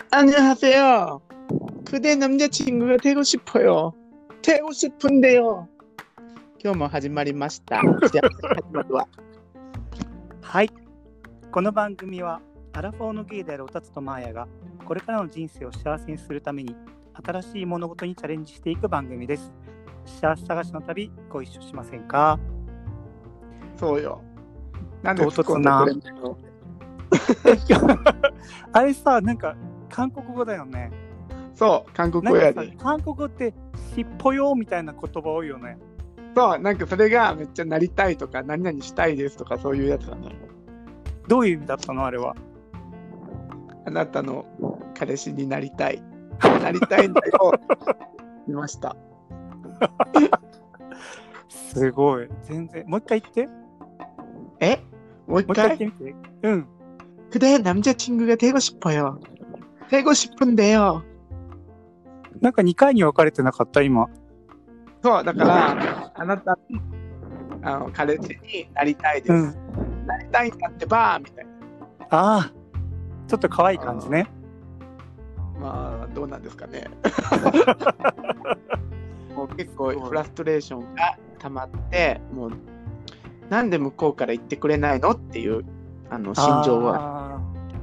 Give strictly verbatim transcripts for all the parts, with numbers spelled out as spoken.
안녕하세요. 그대 남자친구가 되고 싶어요. 되고 싶은데요. 今日も始まりました。じゃあ始まるわ。 はい。この番組はアラフォーのゲイであるおたつとマーヤがこれからの人生を幸せにするために新しい物事にチャレンジしていく番組です。幸せ探しの旅ご一緒しませんか？ そうよ。なんで唐突なあれさ、なんか韓国語だよね。 そう、韓国語やで。 韓国語ってしっぽよみたいな言葉多いよね。 そう、なんかそれがめっちゃなりたいとか何々したいですとかそういうやつなのよ。 どういう意味だったのあれは？ あなたの彼氏になりたい。なりたいんだよ。見ました。 すごい。全然。もう一回言って。 え？もう一回？ もう一回言ってみて。うん。 그대 남자친구가 되고 싶어요. 되고 싶은데요. なんかにかいに分かれてなかった今。 そう、だからあなたあの彼氏になりたいです。うん、なりたいんだってばみたいな。 ああ、ちょっと可愛い感じね。 まあどうなんですかね。もう結構フラストレーションが溜まって、もうなんで向こうから言ってくれないのっていうあの心情は。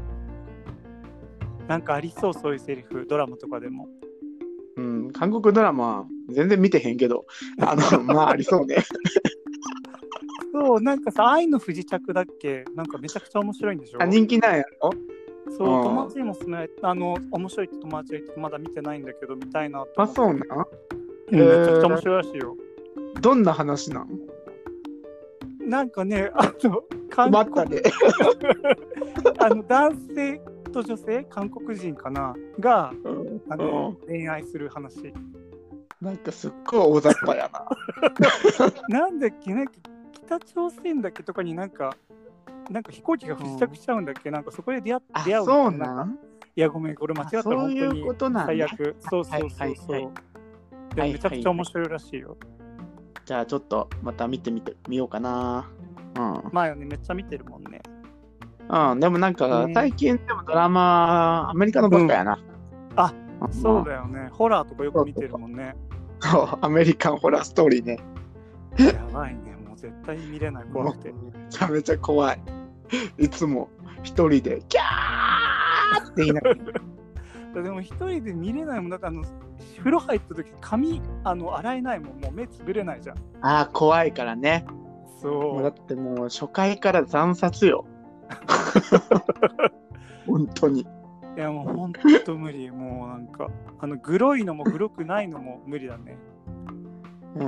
なんかありそう、そういうセリフ、ドラマとかでも。 うん、韓国ドラマ全然見てへんけど、あのまあありそうね。 そう、なんかさ、愛の不時着だっけ、なんかめちゃくちゃ面白いんでしょ。 あ、人気なんやろ。 そう、友達にもすめあの面白いって友達が言ってまだ見てないんだけど見たいなと思って。あ、そうなん、 うん、めちゃくちゃ面白いらしいよ。 どんな話なん？ なんかね、あの韓国であの男性と女性、韓国人かなが、うん、あの、うん、恋愛する話。 なんかすっごい大雑把やな。 なんだっけ、なんか北朝鮮だっけとかになんかなんか飛行機が不時着しちゃうんだっけ、うん、なんかそこで出会って出会う。 そうなん？ いやごめん、これ間違ったら本当に最悪。 そういうことなんだ。 そうそうそうそう。はいはいはい、でもめちゃくちゃ面白いらしいよ。はいはいはい、 じゃあちょっとまた見てみてみようかな。うん。 まあよね、めっちゃ見てるもんね。 うん、でもなんか最近でもドラマ、アメリカのばっかやな。うん、 あ、そうだよね。ホラーとかよく見てるもんね。 そう、アメリカンホラーストーリーね。 やばいね、もう絶対見れない、怖くて。 めちゃめちゃ怖い。いつも一人でキャーって言いながら。 でも一人で見れないもん。だってあの風呂入った時髪あの洗えないもん。もう目つぶれないじゃん。 ああ、怖いからね。 そう。 だってもう初回から惨殺よ。本当に。 いやもう本当無理。もうなんかあのグロいのもグロくないのも無理だね。 うん、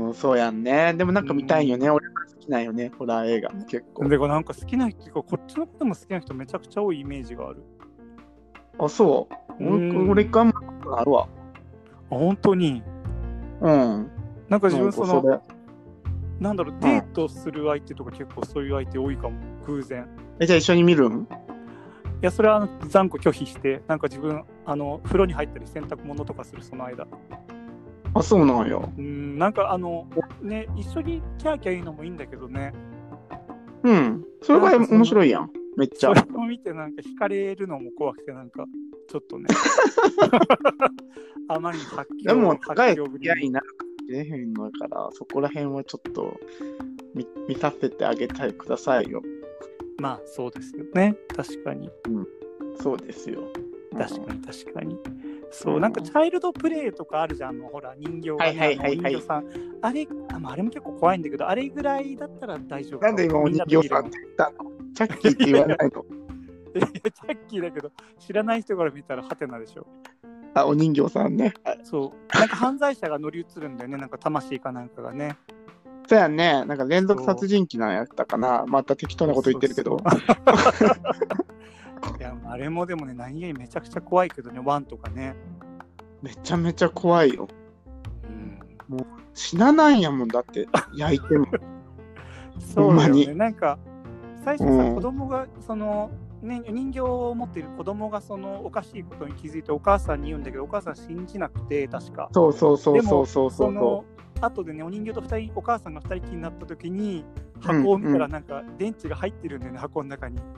そうやんね。でもなんか見たいよね。俺も好きなんよね、ホラー映画結構。 でもなんか好きな人、こっちのことも好きな人めちゃくちゃ多いイメージがある。 あ、そう。俺、俺頑張ったあるわ。あ、 本当に。 うん。 なんか自分その、そなんだろう、デートする相手とか結構そういう相手多いかも、偶然。 え、じゃあ一緒に見るん？ いや、それはあの残酷拒否して、なんか自分、あの、風呂に入ったり洗濯物とかするその間。 あ、そうなんよ。 うん、なんかあの、ね、一緒にキャーキャー言うのもいいんだけどね。 うん、それが面白いやん、めっちゃ。 それを見てなんか惹かれるのも怖くて、なんかちょっとね。あまりに発狂。 でも、長い付き合いになるかもしれへんのから、そこら辺はちょっと 見, 見させてあげてくださいよ。 まあ、そうですよね。確かに。 うん、そうですよ。 確かに、確かに。そう、なんかチャイルドプレイとかあるじゃん、のほら人形が、 はいはいはいはい、 人形さん、あれあ、まあ、あれも結構怖いんだけど、あれぐらいだったら大丈夫。 なんで今お人形さんって言ったの？チャッキーって言わないの？ いやチャッキーだけど知らない人から見たらハテナでしょ。 あ、お人形さんね。 そう、なんか犯罪者が乗り移るんだよね、なんか魂かなんかがね。 そうやね、なんか連続殺人鬼なんやったかな。また適当なこと言ってるけど。そうそうそういや、あれもでもね、何気にめちゃくちゃ怖いけどね、ワンとかね。 めちゃめちゃ怖いよ。うん、もう死なないやもんだって焼いても。 そうだよね。なんか最初さ、うん、子供がその、ね、人形を持っている子供がそのおかしいことに気づいてお母さんに言うんだけど、お母さん信じなくて確か。 そうそうそうそうそうそう。 でもその後でね、お人形と二人、お母さんが二人きりになった時に箱を見たらなんか電池が入ってるんだよね、うんうん、箱の中に。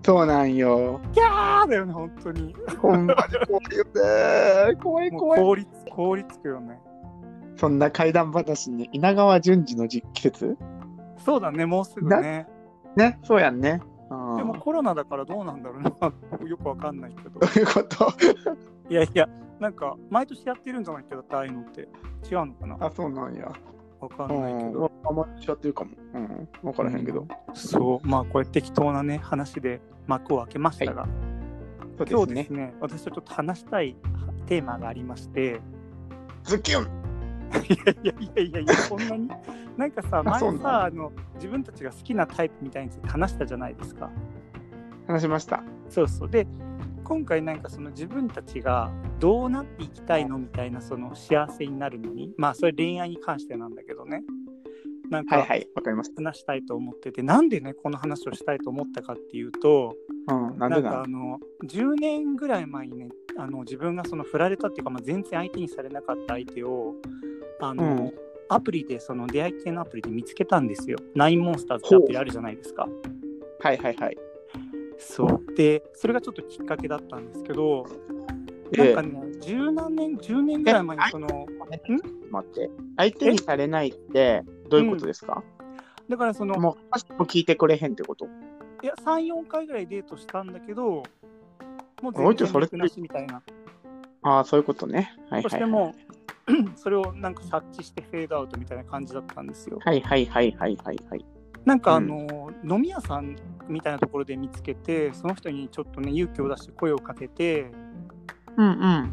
そうなんよ。 キャーだよね、本当に。 ほんまに怖いよね。怖い怖い。 凍りつ、凍りつくよね。 そんな怪談話に稲川淳二の季節？ そうだね、もうすぐね。 ね、そうやんね。 でもコロナだからどうなんだろうな。よくわかんないけど。 どういうこと？ いやいや、なんか毎年やってるんじゃないけど、ああいうのって違うのかな。 あ、そうなんや。 わかんないけど。 あんまりやってるかも。うん、わからへんけど。 うん、そう、まあこれ適当なね、話で幕を開けましたが、はい、 そうですね、 今日ですね、私とちょっと話したいテーマがありまして。 ズキュンいやいやいやいやいや、そんなになんかさ、前さ、あの自分たちが好きなタイプみたいについて話したじゃないですか。 話しました。 そうそう。で、今回なんかその自分たちがどうなっていきたいのみたいな、その幸せになるのに、まあそれ恋愛に関してなんだけどね、なんか話したいと思ってて、なんでねこの話をしたいと思ったかっていうと、 うん、なんでななんかあのじゅうねんぐらい前にね、あの自分がその振られたっていうか、まあ、全然相手にされなかった相手をあの、うん、アプリでその出会い系のアプリで見つけたんですよ。ナインモンスターズってアプリあるじゃないですか。 はいはいはい。 そうで、それがちょっときっかけだったんですけど、なんかね、十何年、じゅうねんぐらい前にその、ん待って、相手にされないってどういうことですか？うん、 だからその、 もう話も聞いてくれへんってこと？ いや、さん、よんかいぐらいデートしたんだけど、もう全然楽なしみたいな。 ああ、そういうことね。はいはいはい、 そしてもう、それをなんか察知してフェードアウトみたいな感じだったんですよ。 はいはいはいはいはいはい。 なんかあの、うん、飲み屋さんみたいなところで見つけて、その人にちょっとね勇気を出して声をかけて、 うんうん、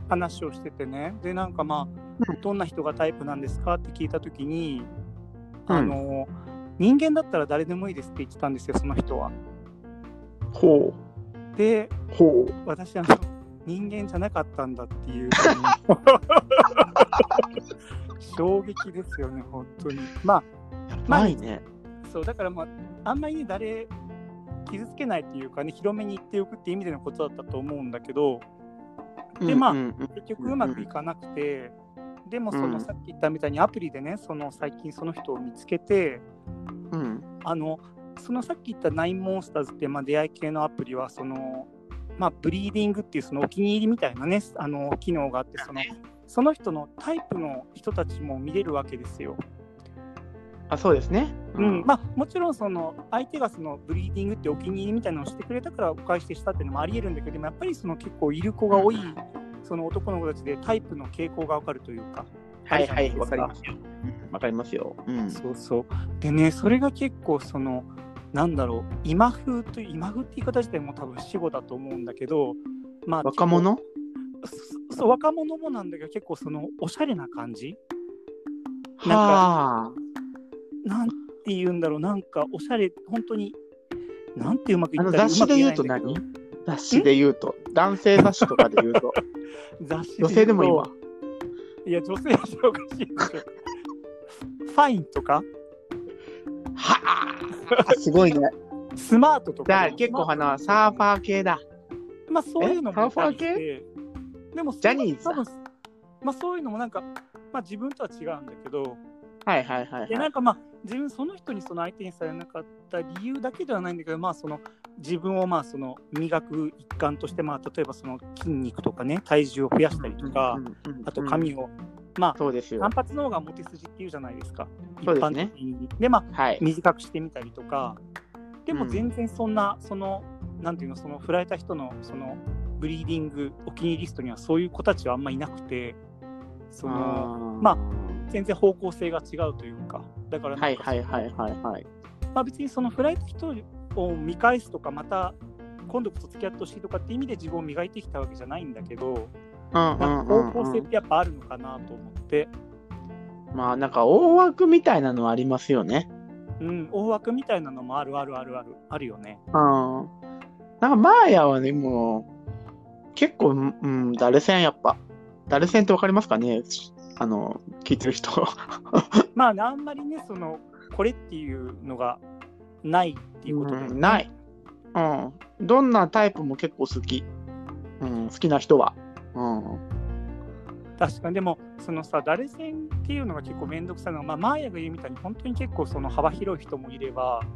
話をしててね、でなんかまあ、うん、どんな人がタイプなんですかって聞いたときに、うん、あの人間だったら誰でもいいですって言ってたんですよ、その人は。 ほうで、 ほう私あの人間じゃなかったんだっていう衝撃ですよね、本当に。まあ、 まあいいね。 そうだからまああんまりね誰傷つけないっていうかね、広めに言っておくっていう意味でのことだったと思うんだけど、でまあ、うんうんうん、結局うまくいかなくて、でもそのさっき言ったみたいにアプリでね、その最近その人を見つけて、 うん、 あのそのさっき言ったナインモンスターズって、まあ、出会い系のアプリはその、まあ、ブリーディングっていうそのお気に入りみたいなね、あの機能があって、そのその人のタイプの人たちも見れるわけですよ。 あ、そうですね。 うんうん、まあもちろんその相手がそのブリーディングってお気に入りみたいなのをしてくれたからお返ししたっていうのもありえるんだけど、でもやっぱりその結構いる子が多い、うん、その男の子たちでタイプの傾向がわかるというか。 はいはい、わかりますよ。わかりますよ。うん、 そうそう。でね、それが結構そのなんだろう、今風という今風って言い方自体も多分死語だと思うんだけど、まあ若者？ そう、若者もなんだけど結構そのおしゃれな感じ。 なんかなんて言うんだろう、なんかおしゃれ、本当になんてうまく言ったら雑誌で言うと何？雑誌で言うと男性雑誌とかで言うと雑誌女性でもいいわ。 いや女性はおかしいでしょ。ファインとかはあすごいね。 スマートとか、 ね、結構花はサーファー系だ。 まあそういうのもサーファー系でもジャニーズだ。 まあそういうのもなんか、まあ、自分とは違うんだけど、 はいはいはい、はい、 でなんかまあ自分その人にその相手にされなかった理由だけではないんだけど、まあその自分をまあその磨く一環として、まあ例えばその筋肉とかね、体重を増やしたりとか、うんうんうんうん、あと髪を、まあそうですよ、 単発の方がモテ筋っていうじゃないですか。 そうですね。 一般的にでまあ、 はい、 短くしてみたりとか、でも全然そんな、うん、そのなんていうの、その振られた人のそのブリーディングお気に入りリストにはそういう子たちはあんまいなくて、そのまあ全然方向性が違うというか、だからなんかはいはいはいはいはい。 まあ別にその振られた人を見返すとか、また今度こそ付き合ってほしいとかって意味で自分を磨いてきたわけじゃないんだけど、なんか方向性ってやっぱあるのかなと思って。 まあなんか大枠みたいなのはありますよね。 うん、大枠みたいなのもあるあるあるあるあるよね。 うん。なんかマーヤはね、もう結構、うん、ダルセンやっぱ。ダルセンってわかりますかね、あの聞いてる人。 まあ、あんまりね、そのこれっていうのがないっていうことで、ね、 うん、ない、うん。どんなタイプも結構好き。うん、好きな人は。うん、 確かに。でもそのさ、ダルセンっていうのが結構めんどくさいのが、まあ、マーヤが言うみたいに本当に結構その幅広い人もいれば、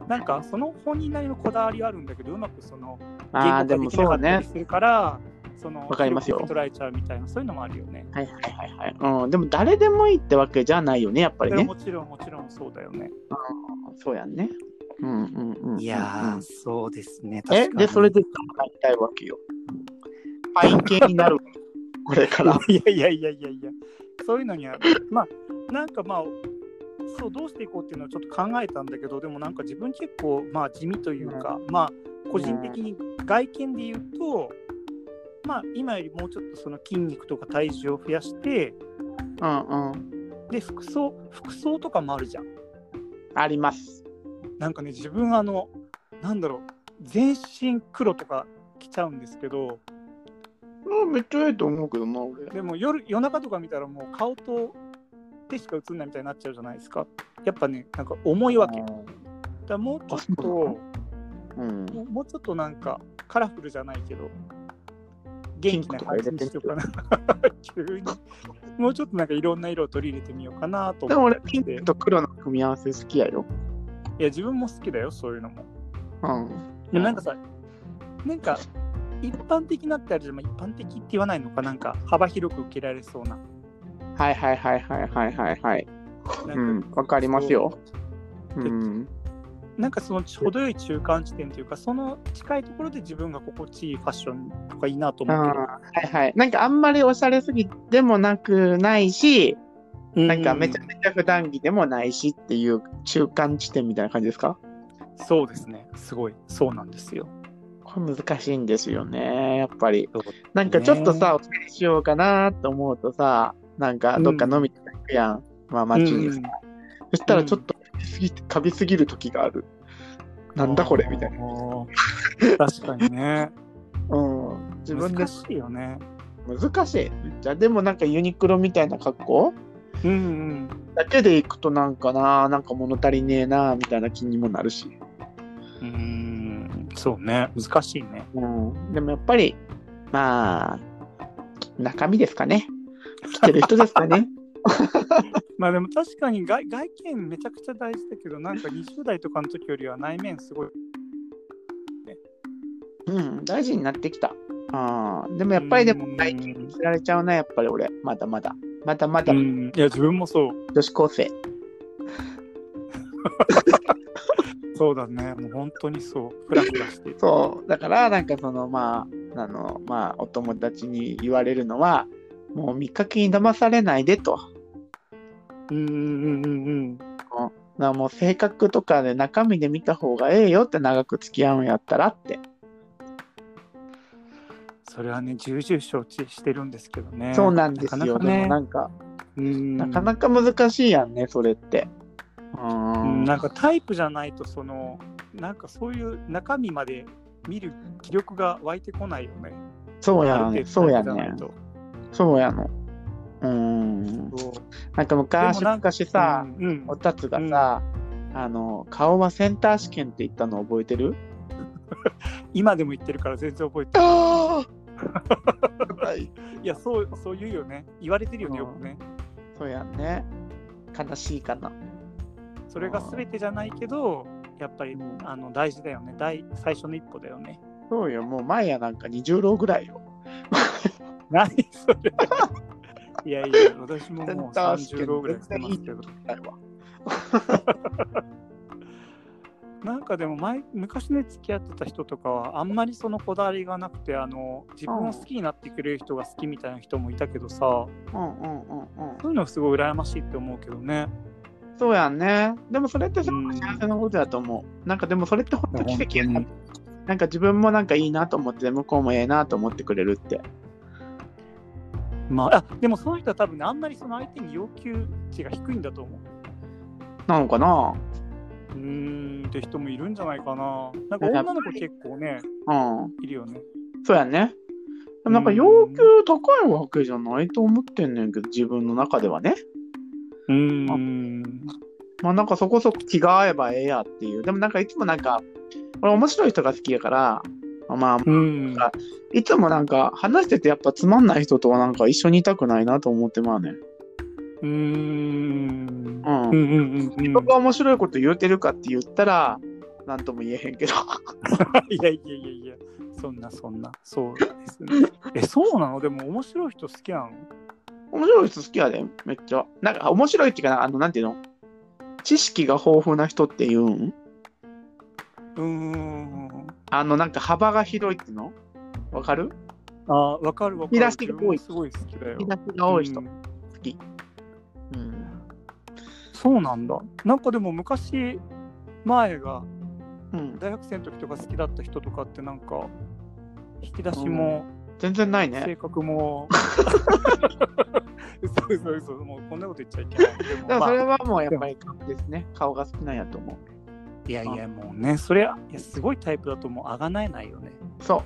なんかその本人なりのこだわりはあるんだけど、うまくそのああ、で言語化できなかもそうね。 ったりするから、そのわかりますよ広く捉えちゃうみたいな、そういうのもあるよね。 はいはいはいはい。うん、でも誰でもいいってわけじゃないよね、やっぱりね。 もちろんもちろんそうだよね。 うん、そうやんね。うんうんうんうん。 いやー、そうですね。 え、 確かにで、それでなりたいわけよ。パイン系になる。これから。 いやいやいやいやいや、そういうのには、まあ、なんかまあ、そう、どうしていこうっていうのをちょっと考えたんだけど、でもなんか自分結構、まあ地味というか、まあ、個人的に外見で言うと、まあ、今よりもうちょっとその筋肉とか体重を増やして、 うんうん。 で、服装、服装とかもあるじゃん。 あります。 なんかね、自分あの、なんだろう、全身黒とか着ちゃうんですけど、 うん、めっちゃええと思うけどな、俺。 でも夜、夜中とか見たらもう顔と手しか映んないみたいになっちゃうじゃないですか。やっぱね、なんか重いわけ。だからもうちょっと、 うん、 もうもうちょっとなんかカラフルじゃないけど、元気な感じにしようかな。急に。もうちょっとなんかいろんな色を取り入れてみようかなと思って。 でも俺、ピンクと黒の組み合わせ好きやよ。 いや、自分も好きだよ、そういうのも。 うん。 でもなんかさ、なんか一般的なってあるじゃん、まあ、一般的って言わないのか、なんか幅広く受けられそうな。 はいはいはいはいはいはいはい。うん、わかりますよ。うん。 なんかその程よい中間地点というか、その近いところで自分が心地いいファッションとかいいなと思うけど。 はいはい。なんかあんまりおしゃれすぎでもなくないし、なんかめちゃめちゃ普段着でもないしっていう中間地点みたいな感じですか？ そうですね。すごい。そうなんですよ。 これ難しいんですよね、やっぱり。ね、なんかちょっとさ、おしゃれしようかなと思うとさ、なんかどっか飲みに行くやん。うん、まあ街にさ、うん。そしたらちょっとカビすぎる時がある。うん、なんだこれみたいな。 確かにね。 うん。自分で難しいよね。 難しい。じゃあでもなんかユニクロみたいな格好、 うんうん、 だけで行くとなんかな、なんか物足りねえなみたいな気にもなるし。 うーん、そうね、難しいね。 うん、でもやっぱりまあ中身ですかね。着てる人ですかね。 まあでも確かに 外, 外見めちゃくちゃ大事だけど、なんかにじゅう代とかの時よりは内面すごい、 ね、うん、大事になってきた。あでもやっぱりでも最近着られちゃうな、やっぱり俺まだまだまだまだ。 うん、いや自分もそう。 女子高生。 そうだね、もう本当にそう。フラフラしてる。 そうだからなんかそのまああのまあお友達に言われるのは、もう見かけに騙されないでと。 うんうんうんうん。 なもう性格とかで中身で見た方がええよって、長く付き合うんやったらって。 それはね、重々承知してるんですけどね。 そうなんですよ。なかなかね、でもなんかうんなかなか難しいやんね、それって。 うんなんかタイプじゃないと、そのなんかそういう中身まで見る気力が湧いてこないよね。 そうやね、そうやね。そうやの。うーん。なんか昔昔さ、うんうん、おたつがさ、うん、あの顔はセンター試験って言ったの覚えてる？ 今でも言ってるから全然覚えてない。いやそうそう言うよね。言われてるよね、よくね。 そうやね。悲しいかな。 それが全てじゃないけど、やっぱりあの大事だよね。大最初の一歩だよね。 そうよ、もう前やなんかにじゅう浪ぐらいよ。 何それ。いやいや、私ももうさんじゅう浪ぐらいしてますけど。なんかでも前昔ね付き合ってた人とかはあんまりそのこだわりがなくて、あの自分を好きになってくれる人が好きみたいな人もいたけどさ、うんうんうんうん、そういうのはすごい羨ましいって思うけどね。 そうやんね。でもそれってすごく幸せなことだと思う。うん、なんかでもそれって本当奇跡やな。なんか自分もなんかいいなと思って、向こうもええなと思ってくれるって。 まあ、あでもその人は多分ね、あんまりその相手に要求値が低いんだと思う。 なのかな。 うーんって人もいるんじゃないかな。なんか女の子結構ね、うん、いるよね。 そうやね。でもなんか要求高いわけじゃないと思ってんねんけど、自分の中ではね。うーん。まあなんかそこそこ気が合えばええやっていう。でもなんかいつもなんか、俺面白い人が好きやから、まあ、うん、いつもなんか話しててやっぱつまんない人とはなんか一緒にいたくないなと思ってまあね。うーん。うん。うんうんうん。人が面白いこと言うてるかって言ったら、 なんとも言えへんけど。 いやいやいやいや、そんなそんな、そうですね。え、そうなの？でも面白い人好きなの？ 面白い人好きやで、めっちゃ。なんか面白いっていうかな、あの、なんていうの？知識が豊富な人っていうんうーん。 あの、なんか幅が広いっていうのわかる？ あ、わかるわかる。 引き出しが多い。 すごい好きだよ。 引き出しが多い人、 うん好き。うん。 そうなんだ。なんかでも昔、前がうん。 大学生の時とか好きだった人とかってなんか、引き出しも、 全然ないね。 性格も、嘘嘘嘘、もうこんなこと言っちゃいけない。でもだからそれまあ、 はもうやっぱり顔ですね。顔が好きなんやと思う。 いやいやもうね、それはいやすごいタイプだともうあがないないよね。 そう。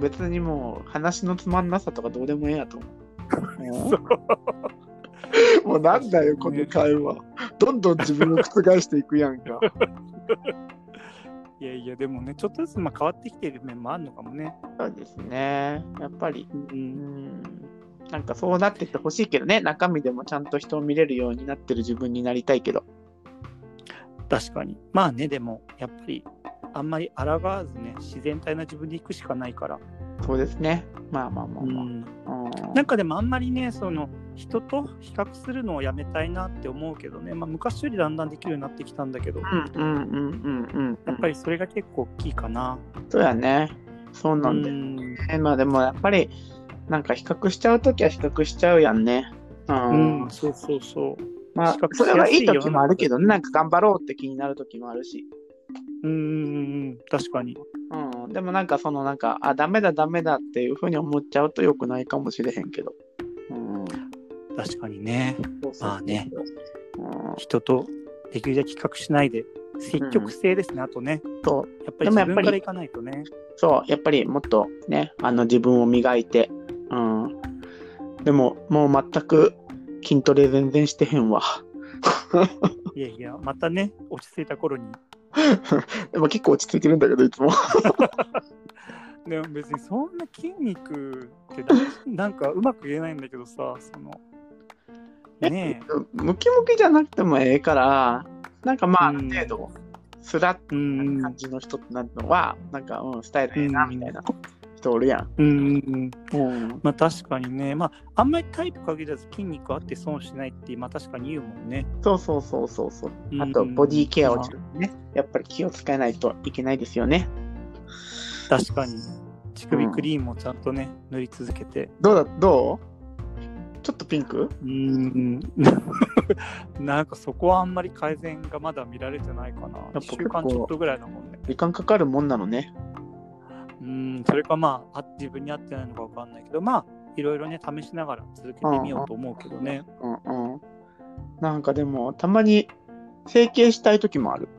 別にもう話のつまんなさとかどうでもええやと思う。 そうもうなんだよ、この会話。どんどん自分を覆していくやんか。 いやいや、でもね、ちょっとずつまあ変わってきてる面もあるのかもね。 そうですね。やっぱり、 う、 うんん、なんかそうなってってほしいけどね。中身でもちゃんと人を見れるようになってる自分になりたいけど。 確かに。まあね、でもやっぱりあんまり抗わずね、自然体な自分でいくしかないから。 そうですね。まあまあまあまあ。 うんうん、 なんかでもあんまりね、その人と比較するのをやめたいなって思うけどね、まあ、昔よりだんだんできるようになってきたんだけど、 うんうんうんうんうん。 やっぱりそれが結構大きいかな。 そうやね。そうなんだよね。まあでもやっぱり、なんか比較しちゃうときは比較しちゃうやんね。ううん、うん、そうそうそう。 まあ、それはいいときもあるけどね。なんか頑張ろうって気になるときもあるし。 うんうんうん、確かに。 うん、でもなんかそのなんか、あ、ダメだダメだっていうふうに思っちゃうと良くないかもしれへんけど。うん、 確かにね。 そうそうそうまあね、 うん、 人とできるだけ比較しないで、積極性ですね、うん、あとね。 そう。 やっぱり自分からいかないとね。 そう、やっぱりもっとね、あの自分を磨いて。うん。でも、もう全く筋トレ全然してへんわ。 いやいや、またね、落ち着いた頃に。 でも結構落ち着いてるんだけど、いつも。 でも別にそんな筋肉ってなんかうまく言えないんだけどさ、そのねえムキムキじゃなくてもええからなんかまあある程度スラッとな感じの人ってなるのはなんか、うん、スタイルええなみたいな人おるやん。 うんうんうん、 うん、 まあ確かにね、まああんまりタイプ限らず筋肉あって損しないってまあ確かに言うもんね。 そうそうそうそうそう。あとボディケアをちょっとね、やっぱり気を使えないといけないですよね。 確かに乳首クリームをちゃんとね、うん、塗り続けて。 どうだどう？ちょっとピンク？ うーんなんかそこはあんまり改善がまだ見られてないかな。いっしゅうかんちょっとぐらいだもんね。 時間かかるもんなのね。 うーん、それかまあ自分に合ってないのかわかんないけど、まあいろいろね試しながら続けてみようと思うけどね。 うんうん。うんうん、なんかでもたまに整形したい時もある。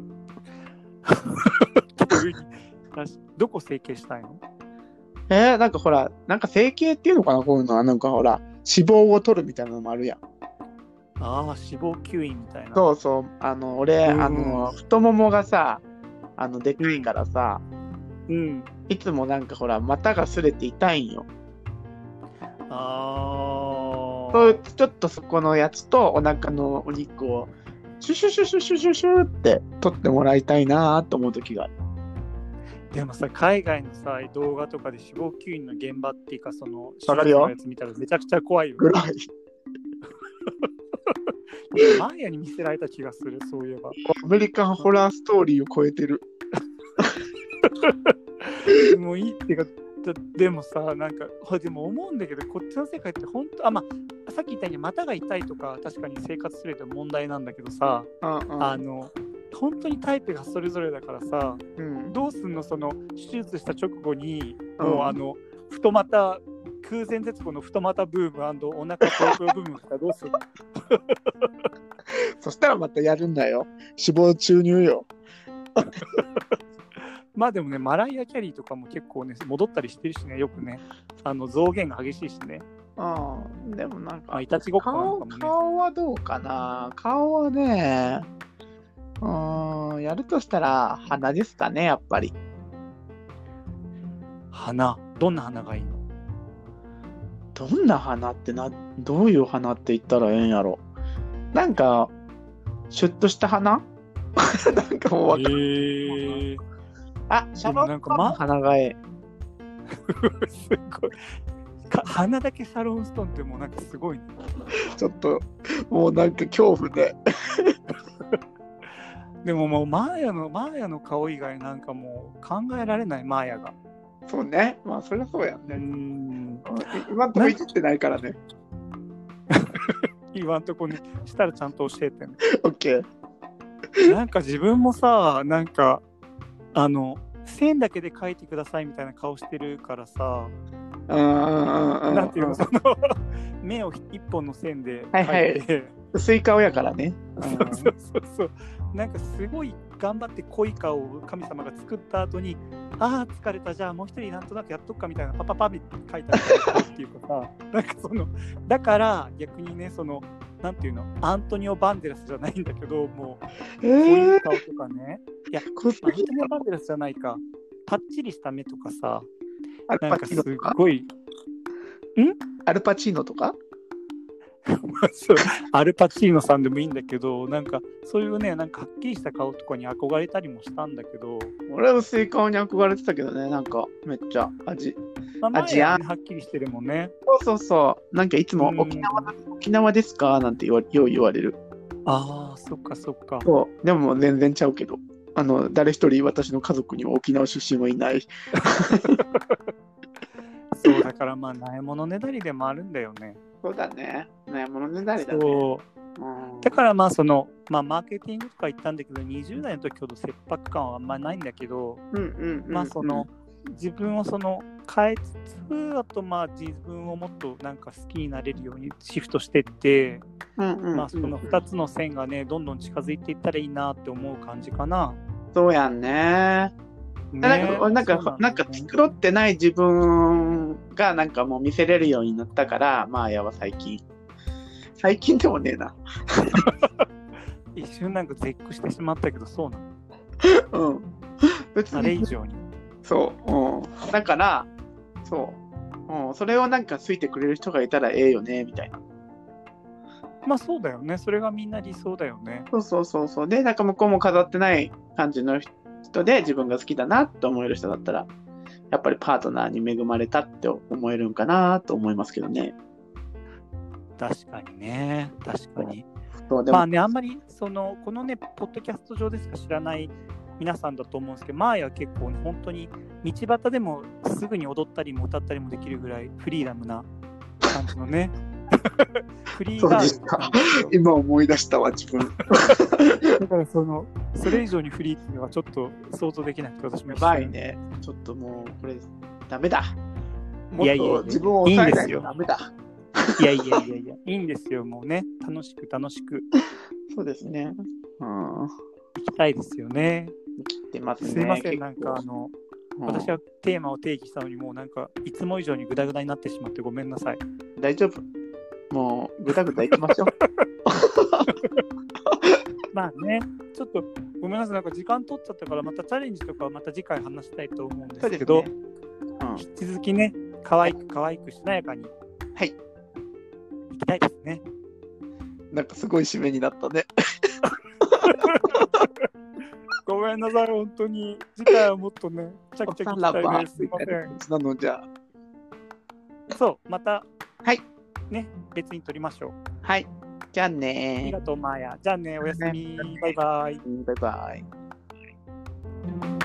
どこ整形したいの？ えー、なんかほら、なんか整形っていうのかな、こういうのは。なんかほら、脂肪を取るみたいなのもあるやん。 ああ、脂肪吸引みたいな。 そうそう。あの、俺、あの、太ももがさ、あの、でかいからさ、 うん。 いつもなんかほら、股が擦れて痛いんよ。 ああ。 そう、ちょっとそこのやつとお腹のお肉を、シュシュシュシュシュシュシュって取ってもらいたいなと思う時がある。 でもさ、海外のさ、動画とかで脂肪吸引の現場っていうか、その、 手術のやつ見たらめちゃくちゃ怖いよ。 ぐらい。 マーヤに見せられた気がする、そういえば。 アメリカンホラーストーリーを超えてる。 もういいっていうか、でもさ、なんか、でも思うんだけど、こっちの世界って本当、あ、まあ、さっき言ったように股が痛いとか、確かに生活すると問題なんだけどさ、 うんうん、 あの、本当にタイプがそれぞれだからさ、 うん、 どうすんの、その手術した直後に、うん、もうあの太股空前絶後の太股ブーム&お腹東京ブームとかどうする？ そしたらまたやるんだよ。脂肪注入よ。 まあでもね、マライア・キャリーとかも結構ね戻ったりしてるしね、よくね、あの増減が激しいしね。 ああ、でもなんか、 まあ、いたちごっこなのかもね。 顔、顔はどうかな。顔はね、うーん、やるとしたら鼻ですかね、やっぱり。 鼻、どんな鼻がいいの？ どんな花ってな、どういう花って言ったらええんやろ。なんか、シュッとした花なんかもうわかる。 へえ。 あ、シャロンなんかま花がえ。 すごい。か鼻だけシャロンストーンってもうなんかすごいね。 ちょっともうなんか恐怖で。 でももうマーヤのマーヤの顔以外なんかもう考えられないマーヤが。 そうね。まあそりゃそうやんうーね。 ん。 今んとこいじってないからね。 今んとこにしたらちゃんと教えてね。 オッケー。 なんか自分もさ、なんかあの線だけで描いてくださいみたいな顔してるからさ、 うんうんうん。 なんていうの、その目を一本の線で描いて、 はいはい薄い顔やからね。 そうそうそうそう、なんかすごい頑張って濃い顔を神様が作った後に、ああ疲れた、じゃあもう一人なんとなくやっとくかみたいなパパパビ書いてあるっていうかさ、なんかそのだから逆にね、そのなんていうの、アントニオ・バンデラスじゃないんだけど、もうえこういうー、 顔とかね、いやこアントニオ・バンデラスじゃないか、パッチリした目とかさ、 アルなんかすっパチーノとかごいアルパチーノとかそうアルパチーノさんでもいいんだけど、なんかそういうね、なんかはっきりした顔とかに憧れたりもしたんだけど、 俺は薄い顔に憧れてたけどね、なんかめっちゃ味。 まあ、前アジアはねはっきりしてるもんね。 そうそうそう。なんかいつもうん沖縄だ沖縄ですかなんて言わよう言われる。 ああ、そっかそっか。 そう。でも全然ちゃうけど。あの、誰一人私の家族には沖縄出身はいない。 そうだからまあ、ないものねだりでもあるんだよね。 そうだね。ねものねだりだね。 そううんだからまあその、まあ、マーケティングとか言ったんだけど、にじゅう代の時ほど切迫感はあんまりないんだけど、 うんうんうん。 まあその自分をその変えつつ、あとまあ自分をもっとなんか好きになれるようにシフトしてって、 うんうんうん、 まあそのふたつの線がねどんどん近づいていったらいいなって思う感じかな。 そうやんね。 ねなんか、なんか、 そうだねなんか繕ってない自分がなんかもう見せれるようになったから、まあやは最近。最近でもねえな。 一瞬なんか絶句してしまったけど、そうなの。 うん。別あれ以に。 上に。 そう。うん。だから、そう。うん。それをなんかついてくれる人がいたらええよね、みたいな。 まあそうだよね。それがみんな理想だよね。 そうそうそうそう。で、なんか向こうも飾ってない感じの人で自分が好きだなと思える人だったら、やっぱりパートナーに恵まれたって思えるんかなと思いますけどね。 確かにね。確かに。 そうでもまあね、あんまりそのこのね、ポッドキャスト上でしか知らない皆さんだと思うんですけど、マーヤは結構ね、本当に道端でもすぐに踊ったりも歌ったりもできるぐらいフリーダムな感じのね。フリーガールって感じですよ。 今思い出したわ、自分。 だからその、それ以上にフリーっていうのはちょっと想像できなくて、私もやばいね。ちょっともう、これ、ダメだ。もっいやいやいやと自分を抑えないとダメだ。 いやいやいやいや、いいんですよ、もうね。楽しく楽しくそうですね。うん。 行きたいですよね。 切ってますね。 すいません、 結構なんかあの、 うん私はテーマを定義したのにもうなんかいつも以上にグダグダになってしまってごめんなさい。 大丈夫。もう、ぐだぐだいきましょう。 まあね、ちょっとごめんなさい、なんか時間取っちゃったからまたチャレンジとかまた次回話したいと思うんですけど、 そうですね。うん。 引き続きね、可愛く可愛くしなやかにはい。 行きたいですね。 なんかすごい締めになったね。 ごめんなさい、本当に。次回はもっとね、チャキチャキ行きたいです。すいません。 なのじゃそう、また、 はい。 ね、別に撮りましょう。 はい。じゃあありねがとう、マーヤ。じゃあね、おやすみ。バイバイ。 バイバイ。